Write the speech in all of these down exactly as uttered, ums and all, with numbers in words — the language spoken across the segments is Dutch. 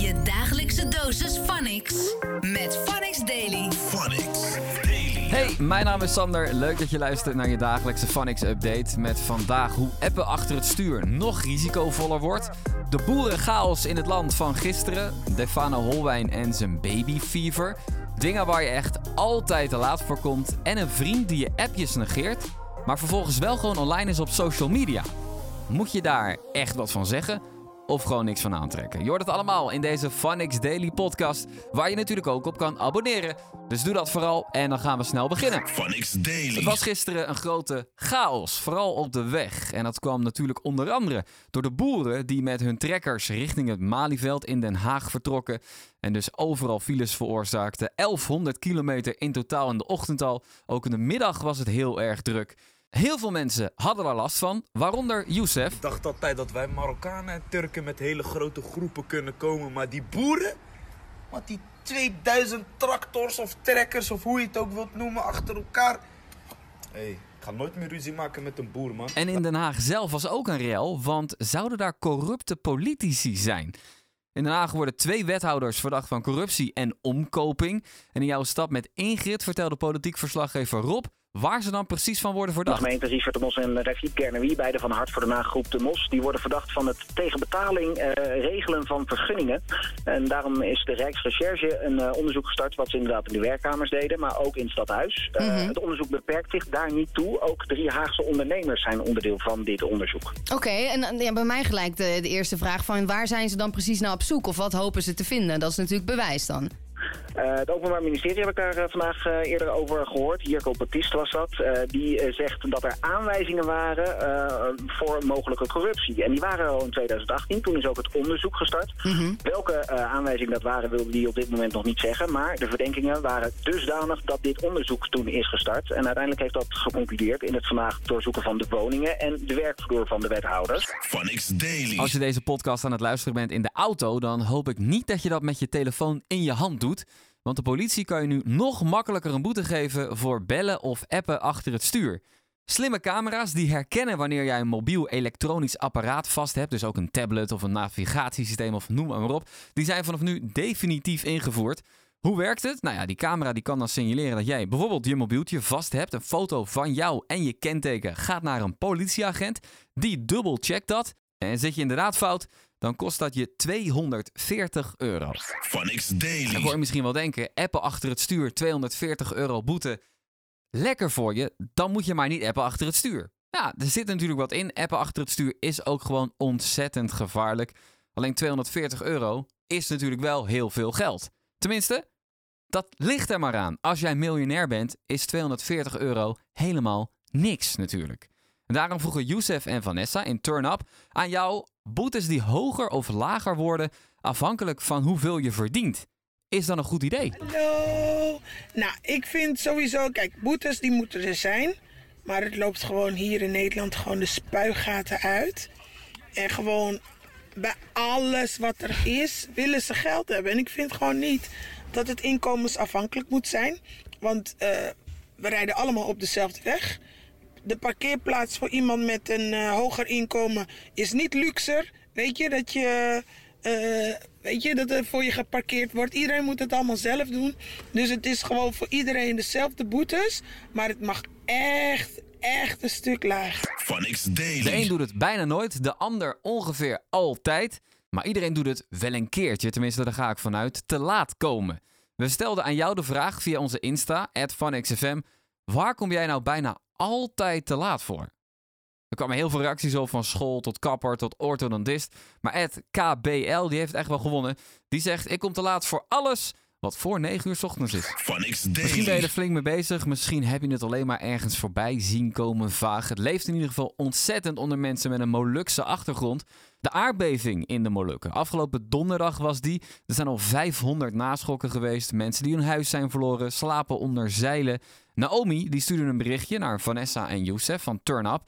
Je dagelijkse dosis Phonics met Phonics Daily. Phonics Daily. Hey, mijn naam is Sander. Leuk dat je luistert naar je dagelijkse Phonics update. Met vandaag hoe appen achter het stuur nog risicovoller wordt. De boerenchaos in het land van gisteren. Defano Holwijn en zijn babyfever. Dingen waar je echt altijd te laat voor komt. En een vriend die je appjes negeert, maar vervolgens wel gewoon online is op social media. Moet je daar echt wat van zeggen? Of gewoon niks van aantrekken? Je hoort het allemaal in deze Phonics Daily podcast, waar je natuurlijk ook op kan abonneren. Dus doe dat vooral en dan gaan we snel beginnen. Phonics Daily. Het was gisteren een grote chaos, vooral op de weg. En dat kwam natuurlijk onder andere door de boeren die met hun trekkers richting het Malieveld in Den Haag vertrokken. En dus overal files veroorzaakten. elfhonderd kilometer in totaal in de ochtend al. Ook in de middag was het heel erg druk. Heel veel mensen hadden er last van, waaronder Youssef. Ik dacht altijd dat wij Marokkanen en Turken met hele grote groepen kunnen komen. Maar die boeren, want die tweeduizend tractors of trekkers of hoe je het ook wilt noemen achter elkaar. Hé, hey, ik ga nooit meer ruzie maken met een boer, man. En in Den Haag zelf was ook een rel, want zouden daar corrupte politici zijn? In Den Haag worden twee wethouders verdacht van corruptie en omkoping. En in jouw stad met Ingrid vertelde politiek verslaggever Rob waar ze dan precies van worden verdacht. De gemeente Rievert de Mos en Rafiq Kernewi, beide van Hart voor Den Haag groep de Mos, die worden verdacht van het tegen betaling uh, regelen van vergunningen. En daarom is de Rijksrecherche een uh, onderzoek gestart wat ze inderdaad in de werkkamers deden, maar ook in het stadhuis. Uh, mm-hmm. Het onderzoek beperkt zich daar niet toe. Ook drie Haagse ondernemers zijn onderdeel van dit onderzoek. Oké, okay, en ja, bij mij gelijk de, de eerste vraag van waar zijn ze dan precies naar op zoek? Of wat hopen ze te vinden? Dat is natuurlijk bewijs dan. Uh, het Openbaar Ministerie heb ik daar uh, vandaag uh, eerder over gehoord. Jirko Baptiste was dat. Uh, die uh, zegt dat er aanwijzingen waren uh, voor mogelijke corruptie. En die waren al in twintig achttien. Toen is ook het onderzoek gestart. Mm-hmm. Welke uh, aanwijzingen dat waren, wilde die op dit moment nog niet zeggen. Maar de verdenkingen waren dusdanig dat dit onderzoek toen is gestart. En uiteindelijk heeft dat geconcludeerd in het vandaag doorzoeken van de woningen en de werkvloer van de wethouders. Phonics Daily. Als je deze podcast aan het luisteren bent in de auto, dan hoop ik niet dat je dat met je telefoon in je hand doet. Want de politie kan je nu nog makkelijker een boete geven voor bellen of appen achter het stuur. Slimme camera's die herkennen wanneer jij een mobiel elektronisch apparaat vast hebt, dus ook een tablet of een navigatiesysteem of noem maar op, die zijn vanaf nu definitief ingevoerd. Hoe werkt het? Nou ja, die camera die kan dan signaleren dat jij bijvoorbeeld je mobieltje vast hebt. Een foto van jou en je kenteken gaat naar een politieagent. Die dubbelcheckt dat. En zit je inderdaad fout, dan kost dat je tweehonderdveertig euro. Phonics Daily. Dan hoor je misschien wel denken, appen achter het stuur, tweehonderdveertig euro boete. Lekker voor je, dan moet je maar niet appen achter het stuur. Ja, er zit natuurlijk wat in. Appen achter het stuur is ook gewoon ontzettend gevaarlijk. Alleen tweehonderdveertig euro is natuurlijk wel heel veel geld. Tenminste, dat ligt er maar aan. Als jij miljonair bent, is tweehonderdveertig euro helemaal niks natuurlijk. En daarom vroegen Youssef en Vanessa in Turn Up aan jou boetes die hoger of lager worden afhankelijk van hoeveel je verdient. Is dat een goed idee? Hallo. Nou, ik vind sowieso, kijk, boetes die moeten er zijn. Maar het loopt gewoon hier in Nederland gewoon de spuigaten uit. En gewoon bij alles wat er is, willen ze geld hebben. En ik vind gewoon niet dat het inkomensafhankelijk moet zijn. Want uh, we rijden allemaal op dezelfde weg. De parkeerplaats voor iemand met een uh, hoger inkomen is niet luxer. Weet je, dat je, uh, weet je, dat er voor je geparkeerd wordt. Iedereen moet het allemaal zelf doen. Dus het is gewoon voor iedereen dezelfde boetes. Maar het mag echt, echt een stuk lager. Phonics Daily. De een doet het bijna nooit, de ander ongeveer altijd. Maar iedereen doet het wel een keertje, tenminste daar ga ik vanuit, te laat komen. We stelden aan jou de vraag via onze Insta, at phonixfm. Waar kom jij nou bijna altijd te laat voor? Er kwamen heel veel reacties op, van school tot kapper tot orthodontist. Maar Ed K B L, die heeft echt wel gewonnen. Die zegt, ik kom te laat voor alles wat voor negen uur 's ochtends is. Phonics Daily. Misschien ben je er flink mee bezig. Misschien heb je het alleen maar ergens voorbij zien komen vaag. Het leeft in ieder geval ontzettend onder mensen met een Molukse achtergrond. De aardbeving in de Molukken. Afgelopen donderdag was die. Er zijn al vijfhonderd naschokken geweest. Mensen die hun huis zijn verloren, slapen onder zeilen. Naomi die stuurde een berichtje naar Vanessa en Youssef van Turn Up.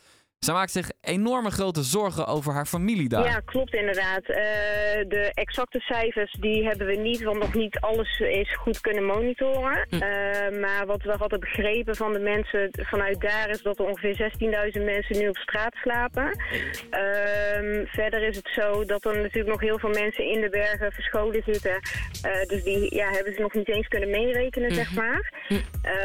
Zij maakt zich enorme grote zorgen over haar familie daar. Ja, klopt inderdaad. Uh, de exacte cijfers die hebben we niet, want nog niet alles is goed kunnen monitoren. Hm. Uh, maar wat we hadden begrepen van de mensen vanuit daar is dat er ongeveer zestienduizend mensen nu op straat slapen. Uh, verder is het zo dat er natuurlijk nog heel veel mensen in de bergen verscholen zitten. Uh, dus die ja, hebben ze nog niet eens kunnen meerekenen, hm. zeg maar. Hm.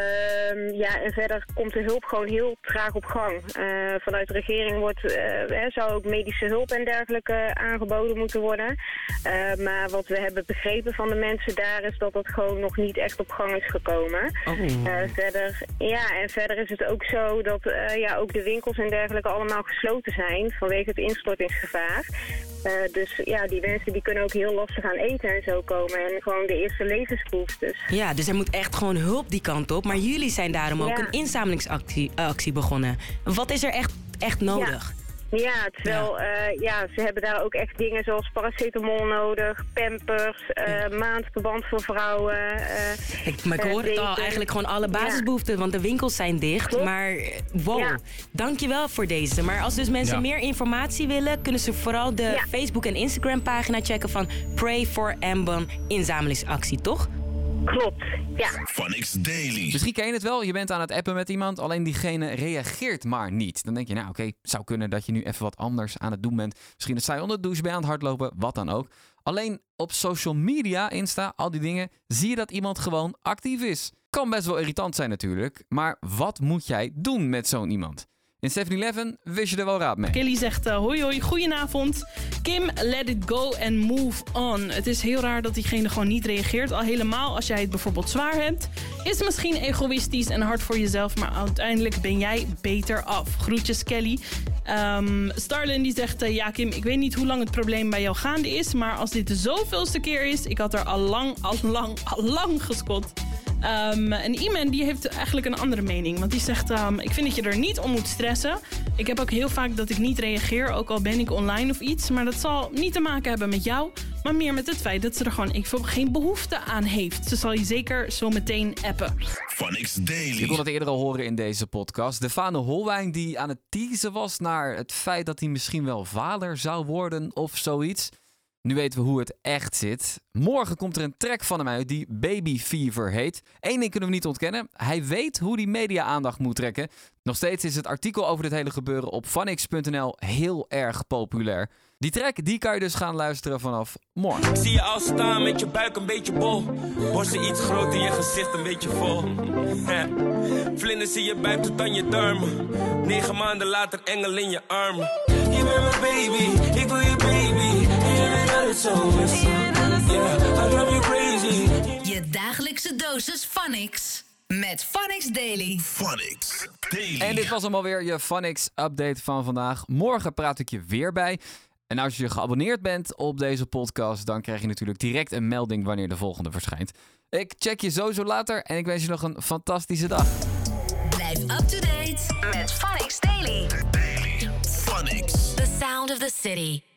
Uh, ja, en verder komt de hulp gewoon heel traag op gang. Uh, vanuit de regering wordt, uh, zou ook medische hulp en dergelijke aangeboden moeten worden. Uh, maar wat we hebben begrepen van de mensen daar is dat dat gewoon nog niet echt op gang is gekomen. Oh. Uh, verder, ja, en verder is het ook zo dat uh, ja, ook de winkels en dergelijke allemaal gesloten zijn vanwege het instortingsgevaar. Uh, dus ja, die mensen die kunnen ook heel lastig aan eten en zo komen. En gewoon de eerste levensbehoeftes. Ja, dus er moet echt gewoon hulp die kant op. Maar jullie zijn daarom ook ja. een inzamelingsactie actie begonnen. Wat is er echt, echt nodig? Ja. Ja, terwijl ja. Uh, ja, ze hebben daar ook echt dingen zoals paracetamol nodig, pampers, uh, maandverband voor vrouwen. Uh, ik, maar ik hoor uh, het al, eigenlijk gewoon alle basisbehoeften, ja. want de winkels zijn dicht. Klopt. Maar wow, ja. dankjewel voor deze. Maar als dus mensen ja. meer informatie willen, kunnen ze vooral de ja. Facebook en Instagram pagina checken van Pray for Ambon inzamelingsactie, toch? Klopt, ja. Phonics Daily. Misschien ken je het wel, je bent aan het appen met iemand, alleen diegene reageert maar niet. Dan denk je, nou oké, okay, zou kunnen dat je nu even wat anders aan het doen bent. Misschien dat zij onder de douche bij aan het hardlopen, wat dan ook. Alleen op social media, Insta, al die dingen, zie je dat iemand gewoon actief is. Kan best wel irritant zijn natuurlijk, maar wat moet jij doen met zo'n iemand? In seven eleven wist je er wel raad mee. Kelly zegt, uh, hoi hoi, goedenavond. Kim, let it go and move on. Het is heel raar dat diegene gewoon niet reageert. Al helemaal als jij het bijvoorbeeld zwaar hebt. Is misschien egoïstisch en hard voor jezelf. Maar uiteindelijk ben jij beter af. Groetjes Kelly. Um, Starlin die zegt, uh, ja Kim, ik weet niet hoe lang het probleem bij jou gaande is. Maar als dit de zoveelste keer is. Ik had er al lang, al lang, al lang gespot. Um, en Iman die heeft eigenlijk een andere mening. Want die zegt, um, ik vind dat je er niet om moet stressen. Ik heb ook heel vaak dat ik niet reageer, ook al ben ik online of iets. Maar dat zal niet te maken hebben met jou, maar meer met het feit dat ze er gewoon even geen behoefte aan heeft. Ze zal je zeker zo meteen appen. Phonics Daily. Je kon het eerder al horen in deze podcast. Defano Holwijn die aan het teasen was naar het feit dat hij misschien wel vader zou worden of zoiets. Nu weten we hoe het echt zit. Morgen komt er een track van hem uit die Baby Fever heet. Eén ding kunnen we niet ontkennen. Hij weet hoe die media-aandacht moet trekken. Nog steeds is het artikel over dit hele gebeuren op phonics punt n l heel erg populair. Die track die kan je dus gaan luisteren vanaf morgen. Ik zie je al staan met je buik een beetje bol. Borsten iets groter, je gezicht een beetje vol. Vlinders in je buik tot aan je darmen. Negen maanden later engel in je armen. Je bent mijn baby, ik wil je baby. Je dagelijkse dosis Phonics met Phonics Daily. Phonics Daily. En dit was hem alweer, je Phonics update van vandaag. Morgen praat ik je weer bij. En als je geabonneerd bent op deze podcast, dan krijg je natuurlijk direct een melding wanneer de volgende verschijnt. Ik check je sowieso later en ik wens je nog een fantastische dag. Blijf up to date met Phonics Daily. Daily. Phonics. The sound of the city.